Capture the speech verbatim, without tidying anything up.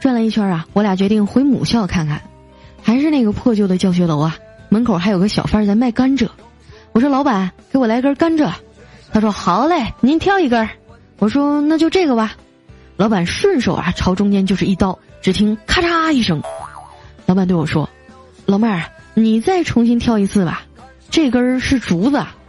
转了一圈啊，我俩决定回母校看看。还是那个破旧的教学楼啊，门口还有个小贩在卖甘蔗。我说老板，给我来根甘蔗。他说好嘞，您挑一根。我说那就这个吧。老板顺手啊朝中间就是一刀，只听咔嚓一声。老板对我说，老妹儿，你再重新挑一次吧，这根是竹子。